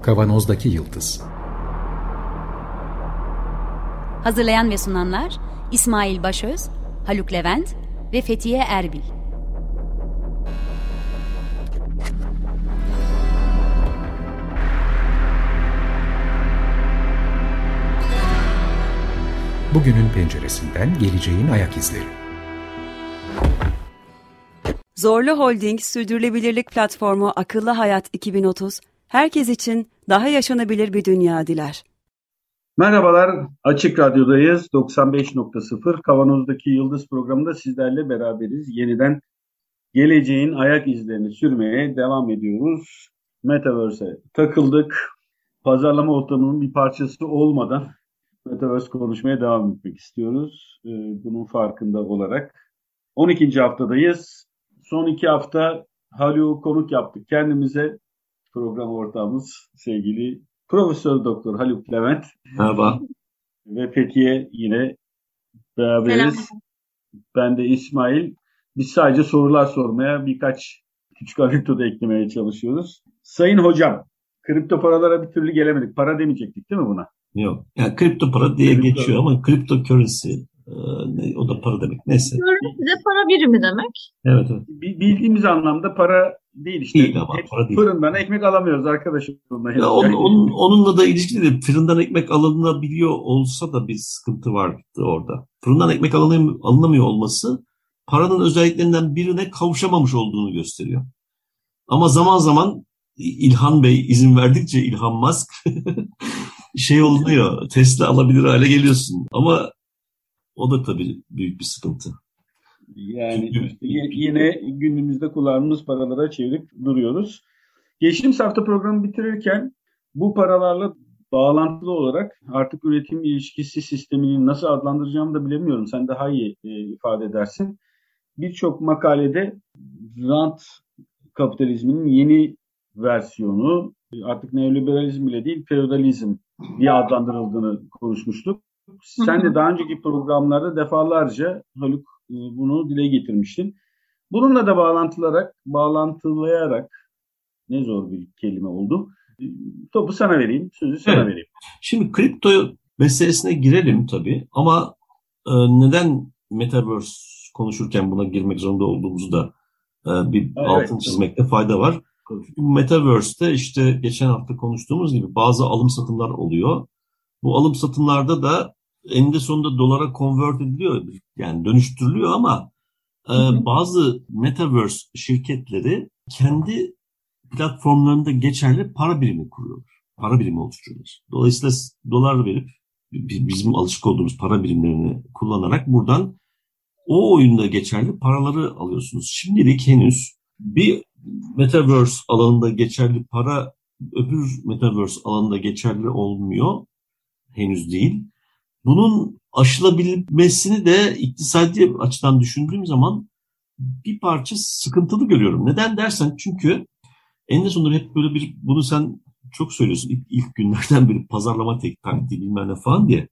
Kavanozdaki Yıldız. Hazırlayan ve sunanlar İsmail Başöz, Haluk Levent ve Fethiye Erbil. Bugünün penceresinden geleceğin ayak izleri. Zorlu Holding Sürdürülebilirlik Platformu Akıllı Hayat 2030, herkes için daha yaşanabilir bir dünya diler. Merhabalar, Açık Radyo'dayız. 95.0 Kavanoz'daki Yıldız programında sizlerle beraberiz. Yeniden geleceğin ayak izlerini sürmeye devam ediyoruz. Metaverse'e takıldık. Pazarlama ortamının bir parçası olmadan Metaverse konuşmaya devam etmek istiyoruz. Bunun farkında olarak. 12. haftadayız. Son 2 hafta Haluk'u konuk yaptık kendimize. Program ortağımız sevgili Profesör Doktor Haluk Levent. Merhaba. Ve Fethiye yine beraberiz. Selam. Ben de İsmail. Biz sadece sorular sormaya, birkaç küçük anekdot eklemeye çalışıyoruz. Sayın hocam, kripto paralara bir türlü gelemedik. Para demeyecektik değil mi buna? Yok. Yani kripto para diye geçiyor ama kripto currency o da para demek. Neyse. Currency de para birimi demek. Evet. Bildiğimiz anlamda para değil işte. Değil ama para değil. Fırından ekmek alamıyoruz arkadaşım. Onunla da ilişkili değil. Fırından ekmek alınabiliyor olsa da bir sıkıntı vardı orada. Fırından ekmek alınamıyor olması paranın özelliklerinden birine kavuşamamış olduğunu gösteriyor. Ama zaman zaman İlhan Bey izin verdikçe İlhan Musk oluyor. Tesla alabilir hale geliyorsun. Ama o da tabii büyük bir sıkıntı. Yani yine günümüzde kullandığımız paralara çevirip duruyoruz. Geçtiğimiz hafta programı bitirirken bu paralarla bağlantılı olarak artık üretim ilişkisi sistemini nasıl adlandıracağımı da bilemiyorum. Sen daha iyi ifade edersin. Birçok makalede rant kapitalizminin yeni versiyonu, artık neoliberalizm bile değil feodalizm diye adlandırıldığını konuşmuştuk. Sen de daha önceki programlarda defalarca Haluk bunu dile getirmiştin. Bununla da bağlantılayarak ne zor bir kelime oldu. Topu sana vereyim, sözü sana vereyim. Şimdi kripto meselesine girelim tabii ama neden Metaverse konuşurken buna girmek zorunda olduğumuzu da bir altını çizmekte fayda var. Metaverse'te işte geçen hafta konuştuğumuz gibi bazı alım satımlar oluyor. Bu alım satımlarda da eninde sonunda dolara convert ediliyor, yani dönüştürülüyor ama bazı Metaverse şirketleri kendi platformlarında geçerli para birimi kuruyorlar. Para birimi oluşturuyorlar. Dolayısıyla dolar verip bizim alışık olduğumuz para birimlerini kullanarak buradan o oyunda geçerli paraları alıyorsunuz. Şimdilik henüz bir Metaverse alanında geçerli para öbür Metaverse alanında geçerli olmuyor. Henüz değil. Bunun aşılabilmesini de iktisadi açıdan düşündüğüm zaman bir parça sıkıntılı görüyorum. Neden dersen çünkü eninde sonunda hep böyle bunu sen çok söylüyorsun ilk günlerden beri pazarlama taktiği bilmem ne falan diye.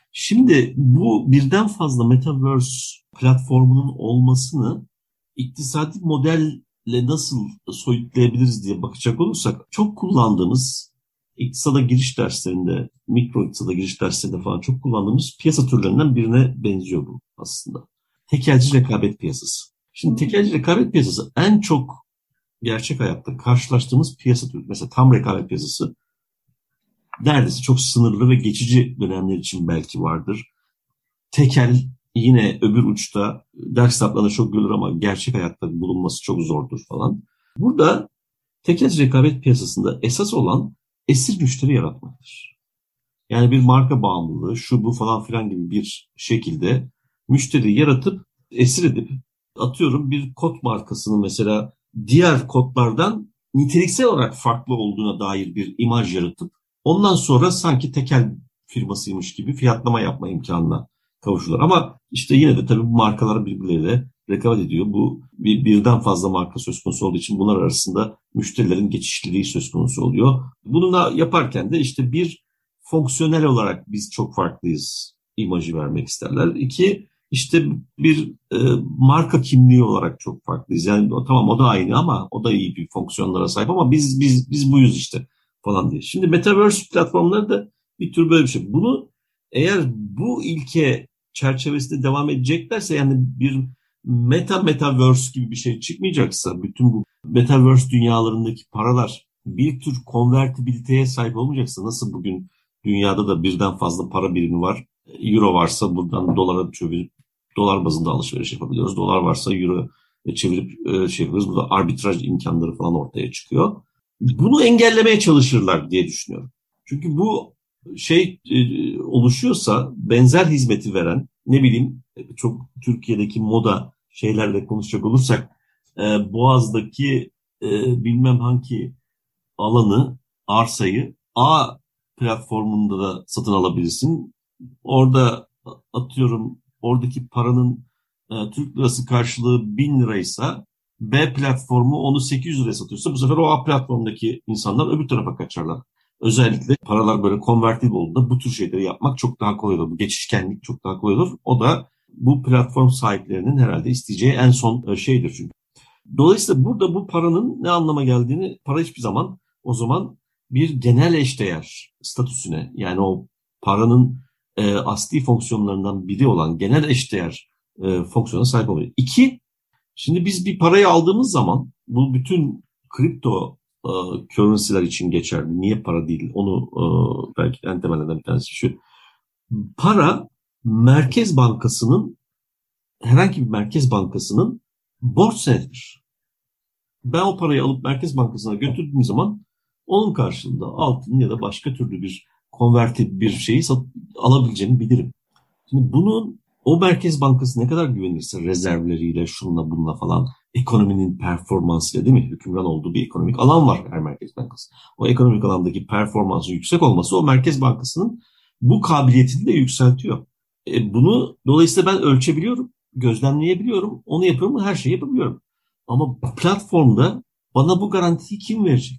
Şimdi bu birden fazla Metaverse platformunun olmasını iktisadi modelle nasıl soyutlayabiliriz diye bakacak olursak çok kullandığımız İktisada giriş derslerinde, mikro iktisada giriş derslerinde falan çok kullandığımız piyasa türlerinden birine benziyor bu aslında. Tekelci rekabet piyasası. Şimdi tekelci rekabet piyasası en çok gerçek hayatta karşılaştığımız piyasa türü. Mesela tam rekabet piyasası neredeyse çok sınırlı ve geçici dönemler için belki vardır. Tekel yine öbür uçta ders kitaplarında çok görülür ama gerçek hayatta bulunması çok zordur falan. Burada tekelci rekabet piyasasında esas olan esir müşteri yaratmaktır. Yani bir marka bağımlılığı, şu bu falan filan gibi bir şekilde müşteri yaratıp esir edip atıyorum bir kod markasının mesela diğer kodlardan niteliksel olarak farklı olduğuna dair bir imaj yaratıp ondan sonra sanki tekel firmasıymış gibi fiyatlama yapma imkanına kavuşurlar. Ama işte yine de tabii bu markalar birbirleriyle rekabet ediyor. Bu birden fazla marka söz konusu olduğu için bunlar arasında müşterilerin geçişliliği söz konusu oluyor. Bunu yaparken de işte bir fonksiyonel olarak biz çok farklıyız imajı vermek isterler. 2 işte bir marka kimliği olarak çok farklıyız. Yani tamam o da aynı ama o da iyi bir fonksiyonlara sahip ama biz buyuz işte. falan diye. Şimdi Metaverse platformları da bir tür böyle bir şey. Bunu eğer bu ilke çerçevesinde devam edeceklerse, yani bir metaverse gibi bir şey çıkmayacaksa, bütün bu Metaverse dünyalarındaki paralar bir tür konvertibiliteye sahip olmayacaksa, nasıl bugün dünyada da birden fazla para birimi var. Euro varsa buradan dolara çevirip dolar bazında alışveriş yapabiliyoruz. Dolar varsa euro çevirip şey yapıyoruz. Burada arbitraj imkanları falan ortaya çıkıyor. Bunu engellemeye çalışırlar diye düşünüyorum. Çünkü bu şey oluşuyorsa, benzer hizmeti veren, ne bileyim, çok Türkiye'deki moda şeylerle konuşacak olursak, Boğaz'daki bilmem hangi alanı, arsayı A platformunda da satın alabilirsin. Orada atıyorum, oradaki paranın Türk lirası karşılığı 1000 liraysa B platformu onu 800 liraya satıyorsa, bu sefer o A platformundaki insanlar öbür tarafa kaçarlar. Özellikle paralar böyle konvertible olduğunda bu tür şeyleri yapmak çok daha kolay olur. Bu geçişkenlik çok daha kolay olur. O da bu platform sahiplerinin herhalde isteyeceği en son şeydir çünkü. Dolayısıyla burada bu paranın ne anlama geldiğini, para hiçbir zaman o zaman bir genel eşdeğer statüsüne, yani o paranın asli fonksiyonlarından biri olan genel eşdeğer fonksiyona sahip oluyor. İki, şimdi biz bir parayı aldığımız zaman, bu bütün kripto currency'ler için geçerli. Niye para değil? Onu belki en temelinden bir tanesi şu. Para Merkez Bankası'nın, herhangi bir Merkez Bankası'nın borç senedidir. Ben o parayı alıp Merkez Bankası'na götürdüğüm zaman onun karşılığında altın ya da başka türlü bir konverti bir şeyi alabileceğimi bilirim. Şimdi bunun, o Merkez Bankası ne kadar güvenirse rezervleriyle, şunla bununla falan, ekonominin performansıyla, değil mi? Hükümran olduğu bir ekonomik alan var her Merkez Bankası. O ekonomik alandaki performansı yüksek olması o Merkez Bankası'nın bu kabiliyetini de yükseltiyor. Bunu dolayısıyla ben ölçebiliyorum, gözlemleyebiliyorum, onu yapıyorum, her şeyi yapabiliyorum. Ama platformda bana bu garantiyi kim verecek?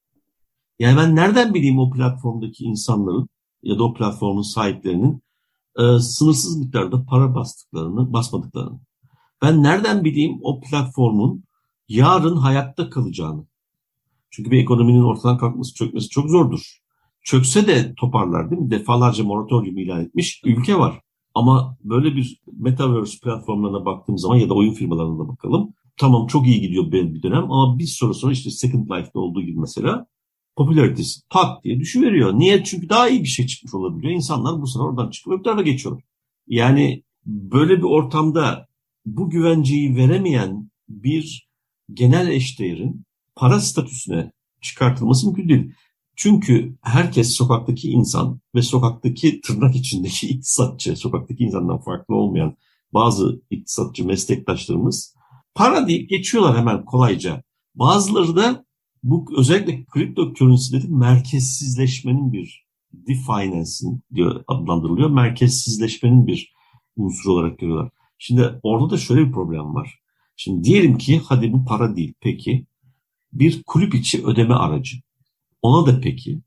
Yani ben nereden bileyim o platformdaki insanların ya da o platformun sahiplerinin sınırsız miktarda para basmadıklarını? Ben nereden bileyim o platformun yarın hayatta kalacağını? Çünkü bir ekonominin ortadan kalkması, çökmesi çok zordur. Çökse de toparlar, değil mi? Defalarca moratorium ilan etmiş ülke var. Ama böyle bir Metaverse platformlarına baktığım zaman ya da oyun firmalarına da bakalım. Tamam, çok iyi gidiyor bir dönem ama bir süre sonra işte Second Life'da olduğu gibi mesela popülaritesi tak diye düşüveriyor. Niye? Çünkü daha iyi bir şey çıkmış olabiliyor. İnsanlar bu sefer oradan çıkıp öbür tarafa geçiyorlar. Yani böyle bir ortamda bu güvenceyi veremeyen bir genel eşdeğerin para statüsüne çıkartılması mümkün değil. Çünkü herkes, sokaktaki insan ve sokaktaki tırnak içindeki iktisatçı, sokaktaki insandan farklı olmayan bazı iktisatçı meslektaşlarımız para deyip geçiyorlar hemen kolayca. Bazıları da bu özellikle kripto currency'lerin merkezsizleşmenin bir definance'in diyor adlandırılıyor. Merkezsizleşmenin bir unsuru olarak görüyorlar. Şimdi orada da şöyle bir problem var. Şimdi diyelim ki hadi bu para değil, peki bir kulüp içi ödeme aracı. Ona da peki.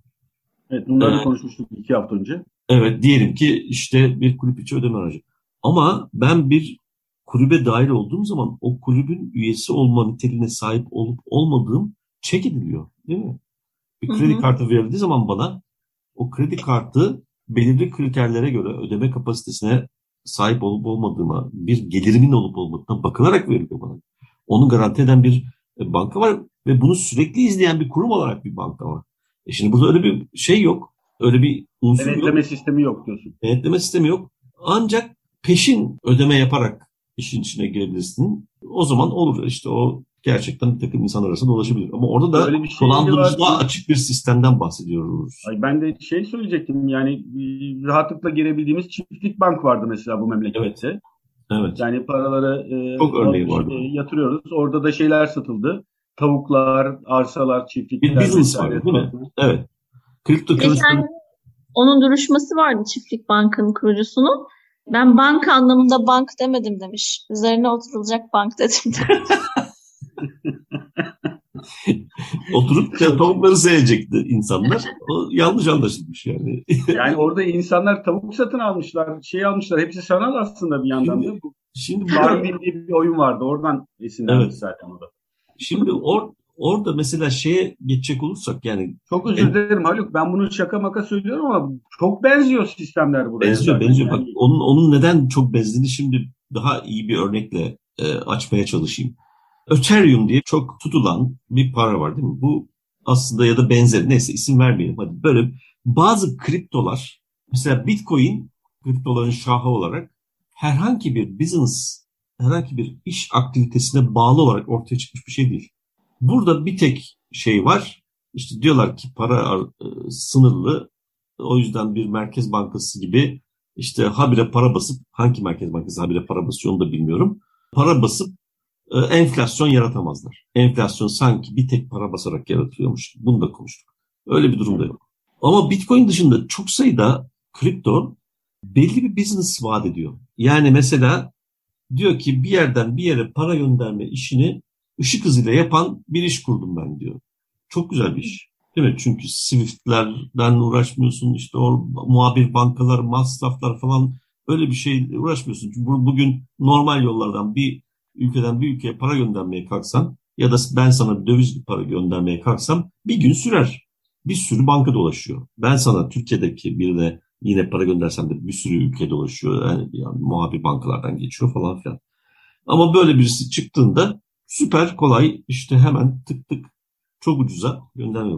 Evet, bunları konuşmuştuk 2 hafta önce. Evet, diyelim ki işte bir kulüp içi ödeme aracı. Ama ben bir kulübe dahil olduğum zaman o kulübün üyesi olma niteliğine sahip olup olmadığım check ediliyor, değil mi? Bir kredi kartı verildiği zaman bana o kredi kartı belirli kriterlere göre ödeme kapasitesine sahip olup olmadığıma, bir gelirimin olup olmadığına bakılarak veriliyor bana. Onu garanti eden bir banka var ve bunu sürekli izleyen bir kurum olarak bir banka var. Şimdi burada öyle bir şey yok. Öyle bir unsur yok. Denetleme sistemi yok diyorsun. Denetleme sistemi yok. Ancak peşin ödeme yaparak işin içine girebilirsin. O zaman olur. İşte o gerçekten bir takım insanlar arasında dolaşabilir. Ama orada da dolandırıcı daha açık bir sistemden bahsediyoruz. Ay, ben de söyleyecektim. Yani rahatlıkla girebildiğimiz çiftlik bank vardı mesela bu memlekette. Evet. Yani paraları çok örneği vardı. Yatırıyoruz. Orada da şeyler satıldı. Tavuklar, arsalar, çiftlikler. Bir business vardı, değil mi? Evet. Geçen onun duruşması vardı, Çiftlik Bank'ın kurucusunun. Ben banka anlamında bank demedim demiş. Üzerine oturulacak bank dedim. Oturup tavukları seyredecekti insanlar. O yanlış anlaşılmış yani. Yani orada insanlar tavuk satın almışlar, almışlar. Hepsi sanal aslında bir yandan Şimdi Farmville diye bir oyun vardı. Oradan esinlenmiş zaten o da. Şimdi orada mesela şeye geçecek olursak yani çok özür dilerim Haluk. Ben bunu şaka maka söylüyorum ama çok benziyor sistemler buraya. Benziyor. Yani. Bak onun neden çok benzediğini şimdi daha iyi bir örnekle açmaya çalışayım. Ethereum diye çok tutulan bir para var değil mi? Bu aslında ya da benzeri neyse isim vermeyelim. Hadi böyle bazı kriptolar mesela Bitcoin kriptoların şahı olarak herhangi bir business, herhangi bir iş aktivitesine bağlı olarak ortaya çıkmış bir şey değil. Burada bir tek şey var. İşte diyorlar ki para sınırlı. O yüzden bir merkez bankası gibi işte habire para basıp hangi merkez bankası habire para basıyor onu da bilmiyorum. Para basıp enflasyon yaratamazlar. Enflasyon sanki bir tek para basarak yaratılıyormuş. Bunu da konuştuk. Öyle bir durumda yok. Ama Bitcoin dışında çok sayıda kripto belli bir business vaat ediyor. Yani mesela diyor ki bir yerden bir yere para gönderme işini ışık hızıyla yapan bir iş kurdum ben diyor. Çok güzel bir iş. Değil mi? Çünkü Swift'lerden uğraşmıyorsun. İşte o muhabir bankalar, masraflar falan öyle bir şey uğraşmıyorsun. Çünkü bugün normal yollardan bir ülkeden bir ülkeye para göndermeye kalksan ya da ben sana bir döviz para göndermeye kalksam bir gün sürer. Bir sürü banka dolaşıyor. Ben sana Türkiye'deki birine yine para göndersem de bir sürü ülke dolaşıyor. Yani muhabir bankalardan geçiyor falan filan. Ama böyle birisi çıktığında süper kolay işte hemen tık tık çok ucuza göndermiyor.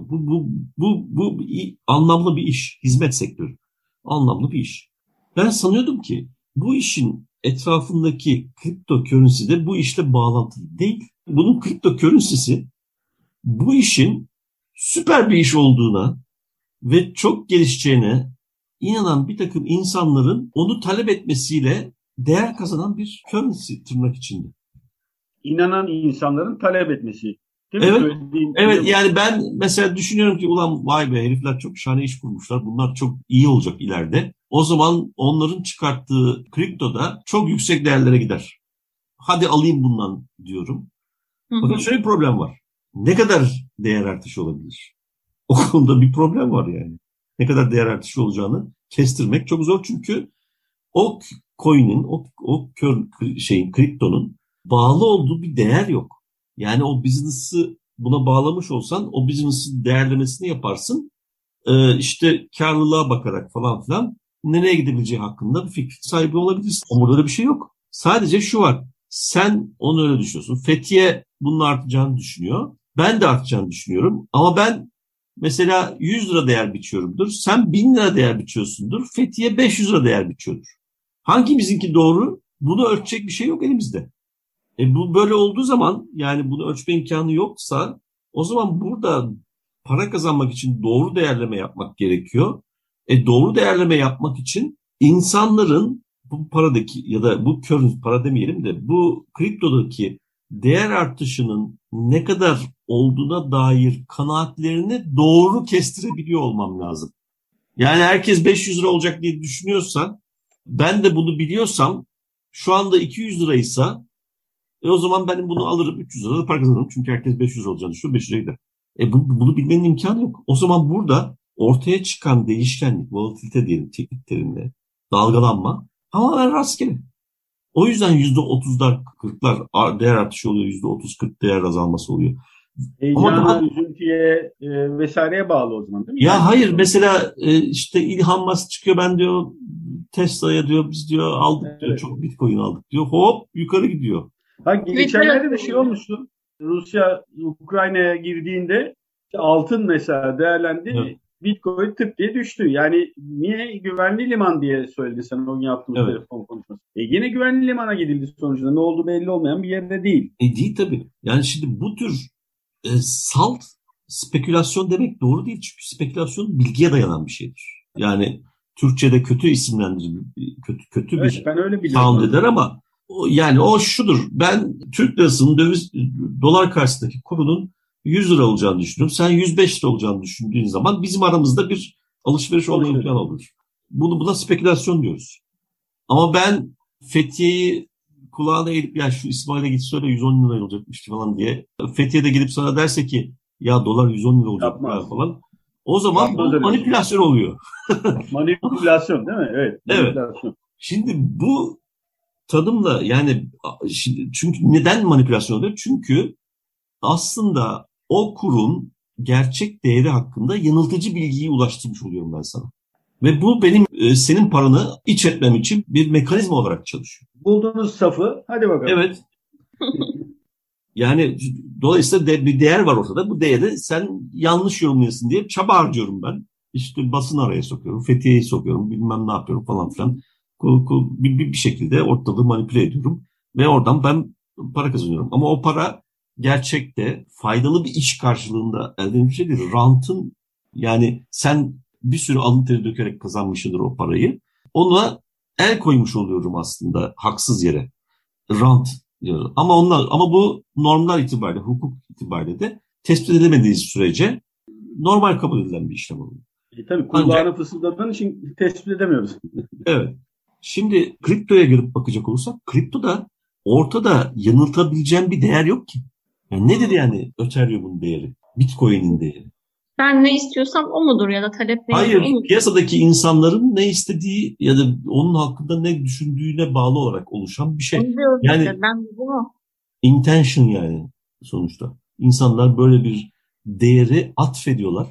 Bu anlamlı bir iş. Hizmet sektörü. Anlamlı bir iş. Ben sanıyordum ki bu işin etrafındaki kripto currency de bu işle bağlantılı değil. Bunun kripto currency'si bu işin süper bir iş olduğuna ve çok gelişeceğine inanan bir takım insanların onu talep etmesiyle değer kazanan bir currency tırnak içinde. İnanan insanların talep etmesi. Evet, evet yani ben mesela düşünüyorum ki ulan vay be herifler çok şahane iş kurmuşlar. Bunlar çok iyi olacak ileride. O zaman onların çıkarttığı kripto da çok yüksek değerlere gider. Hadi alayım bundan diyorum. Fakat şöyle bir problem var. Ne kadar değer artışı olabilir? O konuda bir problem var yani. Ne kadar değer artışı olacağını kestirmek çok zor çünkü o coin'in, o kriptonun bağlı olduğu bir değer yok. Yani o business'ı buna bağlamış olsan o business'ın değerlemesini yaparsın. İşte karlılığa bakarak falan filan nereye gidebileceği hakkında bir fikir sahibi olabilirsin. Ama burada bir şey yok. Sadece şu var. Sen onu öyle düşünüyorsun. Fethiye bunun artacağını düşünüyor. Ben de artacağını düşünüyorum. Ama ben mesela 100 lira değer biçiyorumdur. Sen 1000 lira değer biçiyorsundur. Fethiye 500 lira değer biçiyordur. Hangimizinki doğru? Bunu ölçecek bir şey yok elimizde. Bu böyle olduğu zaman yani bunu ölçme imkanı yoksa o zaman burada para kazanmak için doğru değerleme yapmak gerekiyor. Doğru değerleme yapmak için insanların bu paradaki ya da bu para demeyelim de bu kriptodaki değer artışının ne kadar olduğuna dair kanaatlerini doğru kestirebiliyor olmam lazım. Yani herkes 500 lira olacak diye düşünüyorsa ben de bunu biliyorsam şu anda 200 liraysa o zaman ben bunu alırım 300 lira da para kazanırım. Çünkü herkes 500 olacağını düşünüyor 500 liraya gider. Bunu bilmenin imkanı yok. O zaman burada ortaya çıkan değişkenlik, volatilite diyelim teknik terimle, dalgalanma tamamen rastgele. O yüzden %30'lar, 40'lar değer artışı oluyor. %30-40 değer azalması oluyor. Heyecana, üzüntüye vesaireye bağlı o zaman değil mi? Ya yani, hayır mesela işte İlhan Musk çıkıyor ben diyor Tesla'ya diyor biz diyor aldık evet. Diyor çok Bitcoin aldık diyor hop yukarı gidiyor. Geçenlerde de şey olmuştu. Rusya Ukrayna'ya girdiğinde altın mesela değerlendi. Evet. Bitcoin tık diye düştü. Yani niye güvenli liman diye söyledi sen o gün yaptığımız evet. Telefon konuşması. Yine güvenli limana gidildi sonucunda. Ne oldu belli olmayan bir yerde değil. Değil tabii. Yani şimdi bu tür salt spekülasyon demek doğru değil. Çünkü spekülasyon bilgiye dayanan bir şeydir. Yani Türkçe'de kötü isimlendirilir. Kötü evet, bir sound eder ama yani o şudur. Ben Türk lirasının dolar karşısındaki kurunun 100 lira olacağını düşünüyorum. Sen 105 lira olacağını düşündüğün zaman bizim aramızda bir alışveriş olma imkanı olur. Buna spekülasyon diyoruz. Ama ben Fethiye'yi kulağına eğilip ya şu İsmail'e git söyle 110 lira olacakmış falan diye. Fethiye'de gidip sana derse ki ya dolar 110 lira olacak falan. O zaman manipülasyon oluyor. Manipülasyon değil mi? Evet. Manipülasyon. Şimdi bu tanımla yani çünkü neden manipülasyon oluyor? Çünkü aslında o kurun gerçek değeri hakkında yanıltıcı bilgiyi ulaştırmış oluyorum ben sana. Ve bu benim senin paranı iç etmem için bir mekanizma olarak çalışıyor. Bulduğunuz safı, hadi bakalım. Evet. Yani dolayısıyla bir değer var ortada. Bu değeri sen yanlış yorumluyorsun diye çaba harcıyorum ben. İşte basın araya sokuyorum, Fethiye'yi sokuyorum, bilmem ne yapıyorum falan filan. Bir şekilde ortalığı manipüle ediyorum. Ve oradan ben para kazanıyorum. Ama o para gerçekte faydalı bir iş karşılığında elde edilen bir şey değil. Rantın, yani sen bir sürü alın teri dökerek kazanmışsındır o parayı. Ona el koymuş oluyorum aslında haksız yere. Rant diyoruz. Ama bu normlar itibariyle, hukuk itibariyle de tespit edilemediği sürece normal kabul edilen bir işlem oluyor. Tabii kulağına fısıldadığın için tespit edemiyoruz. Evet. Şimdi kriptoya girip bakacak olursak, kriptoda ortada yanıltabileceğim bir değer yok ki. Yani nedir yani Ethereum'un değeri? Bitcoin'in değeri? Ben ne istiyorsam o mudur ya da talep ne? Hayır, piyasadaki insanların ne istediği ya da onun hakkında ne düşündüğüne bağlı olarak oluşan bir şey. Yani işte, ben bunu. Intention yani sonuçta. İnsanlar böyle bir değeri atfediyorlar.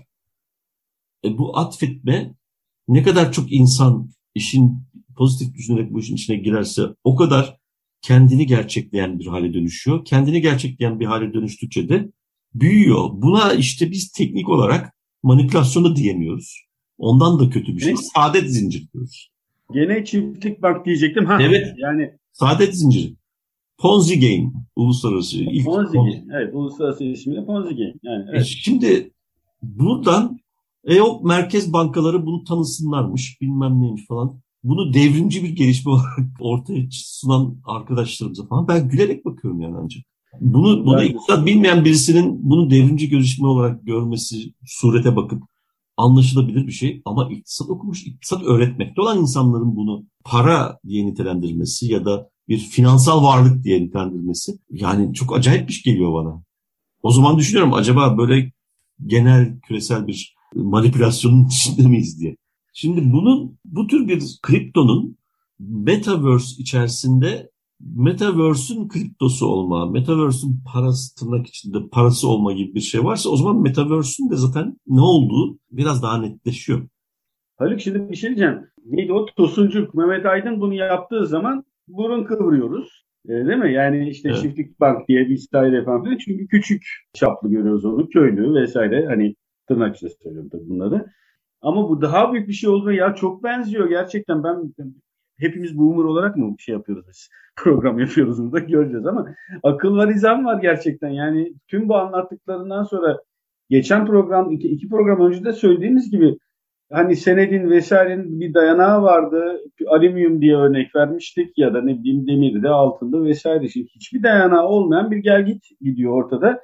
Bu atfetme, ne kadar çok insan işin pozitif düşünerek bu işin içine girerse o kadar kendini gerçekleyen bir hale dönüşüyor. Kendini gerçekleyen bir hale dönüştükçe de büyüyor. Buna işte biz teknik olarak manipülasyon da diyemiyoruz. Ondan da kötü bir şey. Saadet zinciri diyoruz. Gene çiftlik bak diyecektim. Evet. Yani saadet zinciri. Ponzi game. Uluslararası. Ponzi game. Evet. Uluslararası ismiyle Ponzi game. Yani, evet. Şimdi buradan o merkez bankaları bunu tanısınlarmış. Bilmem neymiş falan. Bunu devrimci bir gelişme olarak ortaya sunan arkadaşlarımıza falan ben gülerek bakıyorum yani ancak. Bunu iktisat bilmeyen birisinin bunu devrimci gelişme olarak görmesi, surete bakıp anlaşılabilir bir şey. Ama iktisat okumuş, iktisat öğretmekte olan insanların bunu para diye nitelendirmesi ya da bir finansal varlık diye nitelendirmesi yani çok acayipmiş geliyor bana. O zaman düşünüyorum, acaba böyle genel küresel bir manipülasyonun içinde miyiz diye. Şimdi bu tür bir kriptonun Metaverse içerisinde Metaverse'ün kriptosu olma, Metaverse'ün parası, tırnak içinde parası olma gibi bir şey varsa, o zaman Metaverse'ün de zaten ne olduğu biraz daha netleşiyor. Haluk, şimdi bir şey diyeceğim. Neydi o? Tosuncuk Mehmet Aydın bunu yaptığı zaman burun kıvırıyoruz. Değil mi? Yani işte evet. Çiftlik Bank diye bir sitayla falan. Çünkü küçük çaplı görüyoruz onu. Köylü vesaire. Hani tırnak içinde söylüyorum tabii bunları. Ama bu daha büyük bir şey olduğuna ya çok benziyor gerçekten. Hepimiz boomer olarak mı bir şey yapıyoruz biz? Program yapıyoruz burada, göreceğiz ama akıl var, izan var gerçekten. Yani tüm bu anlattıklarından sonra geçen program, iki program önce de söylediğimiz gibi hani senedin vesairenin bir dayanağı vardı. Alüminyum diye örnek vermiştik ya da ne bileyim demirde, altında vesaire. Şimdi hiçbir dayanağı olmayan bir gelgit gidiyor ortada.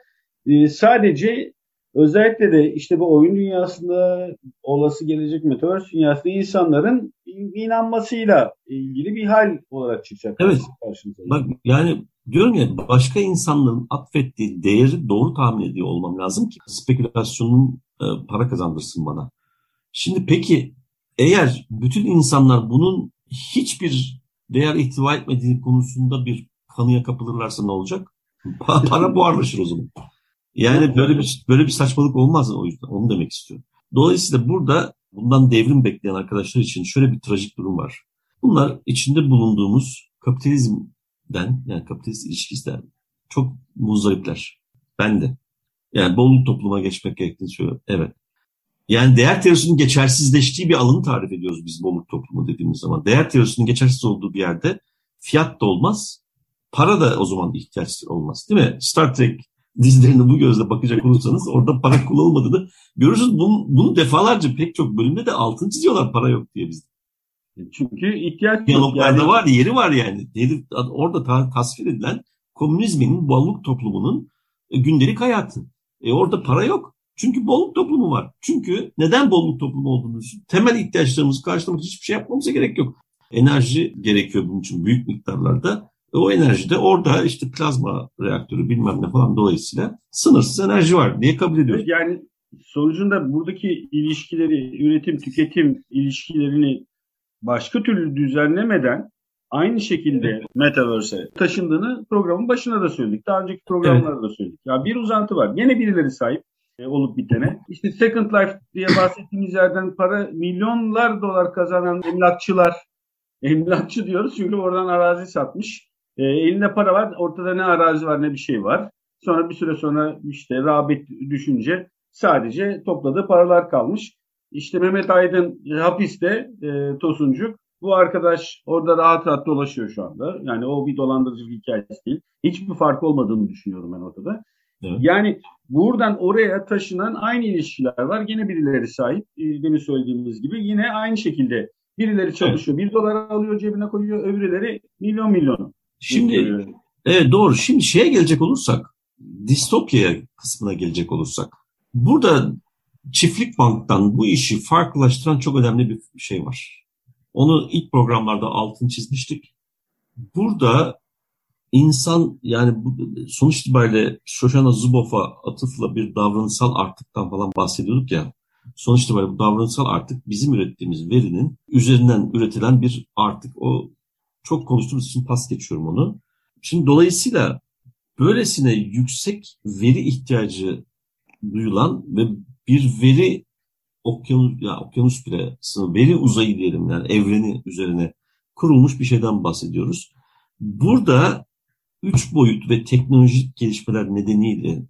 Sadece özellikle de işte bu oyun dünyasında, olası gelecek Metaverse dünyasında insanların inanmasıyla ilgili bir hal olarak çıkacak. Evet. Karşımıza. Bak yani diyorum ya, başka insanların atfettiği değeri doğru tahmin ediyor olmam lazım ki spekülasyonun para kazandırsın bana. Şimdi peki eğer bütün insanlar bunun hiçbir değer ihtiva etmediği konusunda bir kanıya kapılırlarsa ne olacak? Para buharlaşır o zaman. Yani böyle bir saçmalık olmaz, o yüzden onu demek istiyorum. Dolayısıyla burada bundan devrim bekleyen arkadaşlar için şöyle bir trajik durum var. Bunlar içinde bulunduğumuz kapitalizmden, yani kapitalist ilişkisinden çok muzdaripler. Ben de. Yani bolluk topluma geçmek gerektiğini söylüyorum. Evet. Yani değer teorisinin geçersizleştiği bir alanı tarif ediyoruz biz bolluk toplumu dediğimiz zaman. Değer teorisinin geçersiz olduğu bir yerde fiyat da olmaz, para da o zaman ihtiyaç olmaz, değil mi? Star Trek dizilerine bu gözle bakacak olursanız orada para kullanılmadığını görürsünüz. Bunu defalarca pek çok bölümde de altını çiziyorlar, para yok diye bizde. Çünkü ihtiyaç diyaloglarda yani var, yeri var yani. Orada tasvir edilen komünizmin, bolluk toplumunun gündelik hayatı. Orada para yok. Çünkü bolluk toplumu var. Çünkü neden bolluk toplumu olduğunu düşün. Temel ihtiyaçlarımızı karşılamak için hiçbir şey yapmamıza gerek yok. Enerji gerekiyor bunun için büyük miktarlarda. O enerji de orada işte plazma reaktörü bilmem ne falan, dolayısıyla sınırsız enerji var diye kabul ediyoruz. Yani sonucunda buradaki ilişkileri, üretim, tüketim ilişkilerini başka türlü düzenlemeden aynı şekilde Metaverse'e taşındığını programın başına da söyledik. Daha önceki programlarda da söyledik. Ya bir uzantı var. Yine birileri sahip olup bitene. İşte Second Life diye bahsettiğimiz yerden milyonlar dolar kazanan emlakçı diyoruz çünkü oradan arazi satmış. Elinde para var, ortada ne arazi var ne bir şey var. Sonra bir süre sonra işte rağbet düşünce sadece topladığı paralar kalmış. İşte Mehmet Aydın hapiste, Tosuncuk. Bu arkadaş orada rahat rahat dolaşıyor şu anda. Yani o bir dolandırıcılık hikayesi değil. Hiçbir fark olmadığını düşünüyorum ben ortada. Evet. Yani buradan oraya taşınan aynı ilişkiler var. Yine birileri sahip. Demin söylediğimiz gibi yine aynı şekilde birileri çalışıyor. Evet. $1 alıyor cebine koyuyor. Öbürleri milyon. Şimdi evet doğru. Şimdi şeye gelecek olursak, distopya kısmına gelecek olursak. Burada Çiftlik Bank'tan bu işi farklılaştıran çok önemli bir şey var. Onu ilk programlarda altını çizmiştik. Burada insan yani sonuç itibariyle Shoshana Zuboff'a atıfla bir davranışsal artıktan falan bahsediyorduk ya. Sonuç itibariyle bu davranışsal artık bizim ürettiğimiz verinin üzerinden üretilen bir artık. O çok konuştuğumuz için pas geçiyorum onu. Şimdi dolayısıyla böylesine yüksek veri ihtiyacı duyulan ve bir veri okyanus bile veri uzayı diyelim yani evreni üzerine kurulmuş bir şeyden bahsediyoruz. Burada 3 boyut ve teknolojik gelişmeler nedeniyle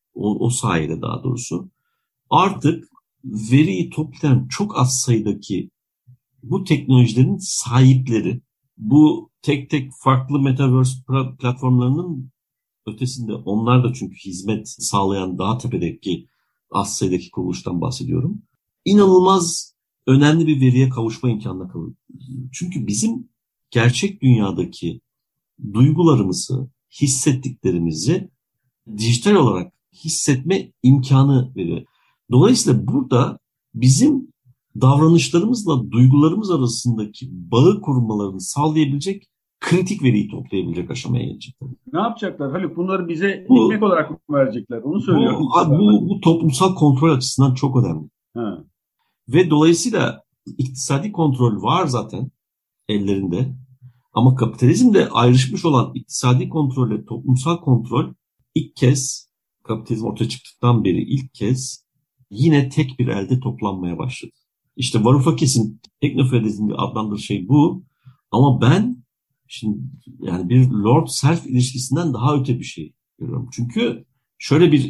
o sayede daha doğrusu artık veriyi toplayan çok az sayıdaki bu teknolojilerin sahipleri bu tek farklı metaverse platformlarının ötesinde onlar da çünkü hizmet sağlayan daha tepedeki az sayıdaki kuruluştan bahsediyorum. İnanılmaz önemli bir veriye kavuşma imkanına kalıyor. Çünkü bizim gerçek dünyadaki duygularımızı, hissettiklerimizi dijital olarak hissetme imkanı veriyor. Dolayısıyla burada bizim davranışlarımızla duygularımız arasındaki bağı kurmalarını sağlayabilecek kritik veriyi toplayabilecek aşamaya gelecekler. Ne yapacaklar Haluk? Bunları bize ekmek olarak mı verecekler? Onu söylüyorum. Bu toplumsal kontrol açısından çok önemli. Ha. Ve dolayısıyla iktisadi kontrol var zaten ellerinde. Ama kapitalizmde ayrışmış olan iktisadi kontrolle toplumsal kontrol ilk kez kapitalizm ortaya çıktıktan beri ilk kez yine tek bir elde toplanmaya başladı. İşte Varoufakis'in teknofeodalizm adlandırdığı şey bu. Ama ben şimdi yani bir Lord Self ilişkisinden daha öte bir şey görüyorum. Çünkü şöyle bir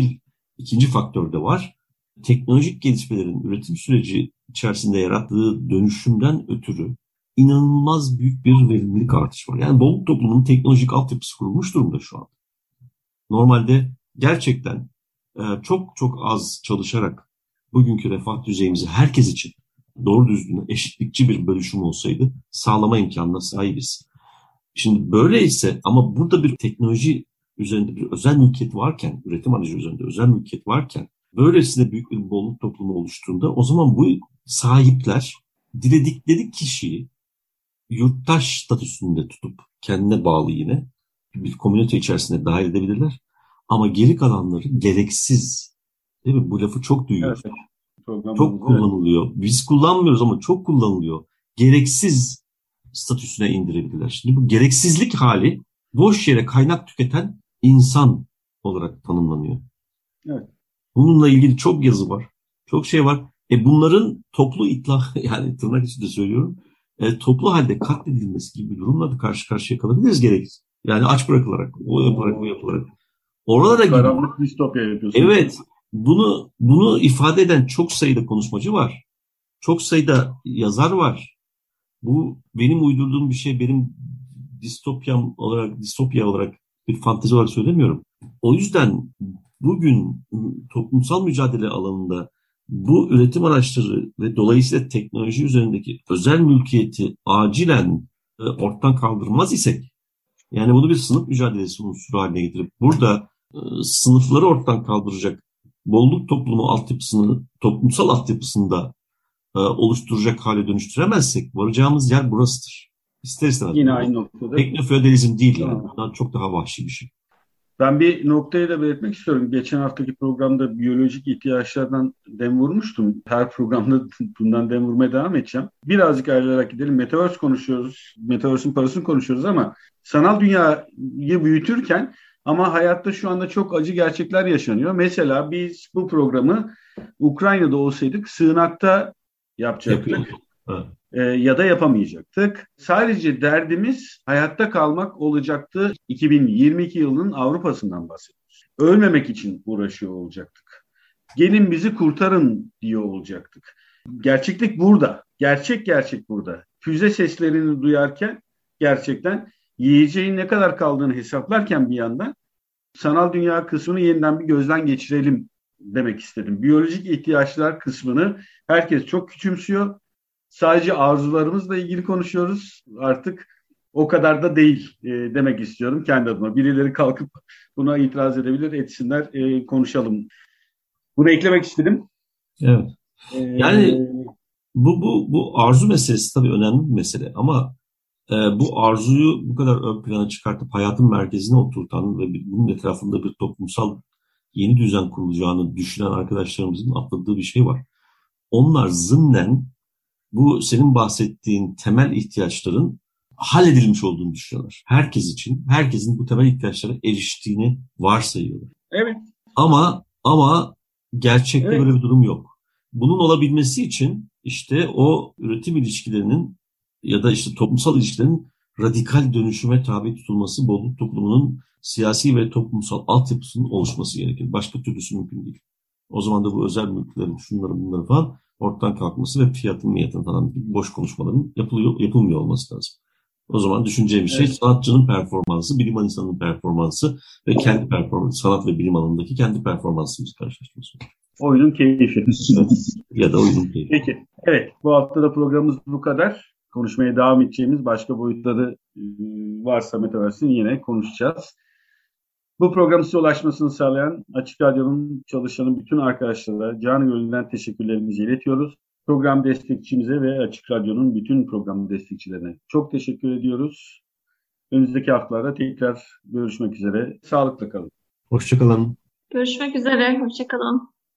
ikinci faktör de var. Teknolojik gelişmelerin üretim süreci içerisinde yarattığı dönüşümden ötürü inanılmaz büyük bir verimlilik artışı var. Yani bolluk toplumunun teknolojik altyapısı kurulmuş durumda şu an. Normalde gerçekten çok az çalışarak bugünkü refah düzeyimizi herkes için doğru düzgün eşitlikçi bir bölüşüm olsaydı sağlama imkanına sahibiz. Şimdi böyleyse ama burada bir teknoloji üzerinde bir özel mülkiyet varken, üretim aracı üzerinde özel mülkiyet varken böylesine büyük bir bolluk toplumu oluştuğunda o zaman bu sahipler diledikleri kişiyi yurttaş statüsünde tutup kendine bağlı yine bir komünite içerisinde dahil edebilirler. Ama geri kalanları gereksiz, değil mi? Bu lafı çok duyuyoruz. Evet. Çok kullanılıyor. Biz kullanmıyoruz ama çok kullanılıyor. Gereksiz statüsüne indirebilirler. Şimdi bu gereksizlik hali boş yere kaynak tüketen insan olarak tanımlanıyor. Evet. Bununla ilgili çok yazı var. Çok şey var. Bunların toplu yani tırnak içinde söylüyorum. Toplu halde katledilmesi gibi durumla karşı karşıya kalabiliriz gerekir. Yani aç bırakılarak, o yapılarak. Oralara gidiyor. Karanlık distopya yapıyorsun. Evet. Bunu ifade eden çok sayıda konuşmacı var. Çok sayıda yazar var. Bu benim uydurduğum bir şey, benim distopya olarak bir fantezi olarak söylemiyorum. O yüzden bugün toplumsal mücadele alanında bu üretim araçları ve dolayısıyla teknoloji üzerindeki özel mülkiyeti acilen ortadan kaldırmaz isek, yani bunu bir sınıf mücadelesi unsuru haline getirip burada sınıfları ortadan kaldıracak bolluk toplumu altyapısını, toplumsal altyapısını da oluşturacak hale dönüştüremezsek varacağımız yer burasıdır. İster istemez. Yine aynı noktada. Teknofeodalizm değil yani. Bundan çok daha vahşi bir şey. Ben bir noktayı da belirtmek istiyorum. Geçen haftaki programda biyolojik ihtiyaçlardan dem vurmuştum. Her programda bundan dem vurmaya devam edeceğim. Birazcık ayrılarak gidelim. Metaverse konuşuyoruz. Metaverse'in parasını konuşuyoruz ama sanal dünyayı büyütürken ama hayatta şu anda çok acı gerçekler yaşanıyor. Mesela biz bu programı Ukrayna'da olsaydık sığınakta yapacaktık. Ya da yapamayacaktık. Sadece derdimiz hayatta kalmak olacaktı. 2022 yılının Avrupa'sından bahsediyoruz. Ölmemek için uğraşıyor olacaktık. Gelin bizi kurtarın diyor olacaktık. Gerçeklik burada. Gerçek burada. Füze seslerini duyarken gerçekten yiyeceğin ne kadar kaldığını hesaplarken bir yandan sanal dünya kısmını yeniden bir gözden geçirelim demek istedim. Biyolojik ihtiyaçlar kısmını herkes çok küçümsüyor. Sadece arzularımızla ilgili konuşuyoruz. Artık o kadar da değil demek istiyorum kendi adıma. Birileri kalkıp buna itiraz edebilir, etsinler, konuşalım. Bunu eklemek istedim. Evet. Yani bu arzu meselesi tabii önemli bir mesele ama bu arzuyu bu kadar ön plana çıkartıp hayatın merkezine oturtan ve bunun etrafında bir toplumsal yeni düzen kurulacağını düşünen arkadaşlarımızın atladığı bir şey var. Onlar zımnen bu senin bahsettiğin temel ihtiyaçların halledilmiş olduğunu düşünüyorlar. Herkes için, herkesin bu temel ihtiyaçlara eriştiğini varsayıyorlar. Evet. Ama gerçekte böyle bir durum yok. Bunun olabilmesi için işte o üretim ilişkilerinin ya da işte toplumsal ilişkilerin radikal dönüşüme tabi tutulması, bolluk toplumunun siyasi ve toplumsal altyapısının oluşması gerekir. Başka türlüsü mümkün değil. O zaman da bu özel mülklerin, şunların bunları falan ortadan kalkması ve fiyatın falan boş konuşmaların yapılmıyor olması lazım. O zaman düşüneceğimiz şey sanatçının performansı, bilim insanının performansı ve kendi performansı, sanat ve bilim alanındaki kendi performansımız karşılaşması. Oyunun keyfi. Ya da oyunun keyfi. Peki. Evet. Bu hafta da programımız bu kadar. Konuşmaya devam edeceğimiz başka boyutları varsa Metaverse'in yine konuşacağız. Bu programın size ulaşmasını sağlayan Açık Radyo'nun çalışan bütün arkadaşlara canı gönülden teşekkürlerimizi iletiyoruz. Program destekçimize ve Açık Radyo'nun bütün program destekçilerine çok teşekkür ediyoruz. Önümüzdeki haftalarda tekrar görüşmek üzere. Sağlıkla kalın. Hoşça kalın. Görüşmek üzere. Hoşça kalın.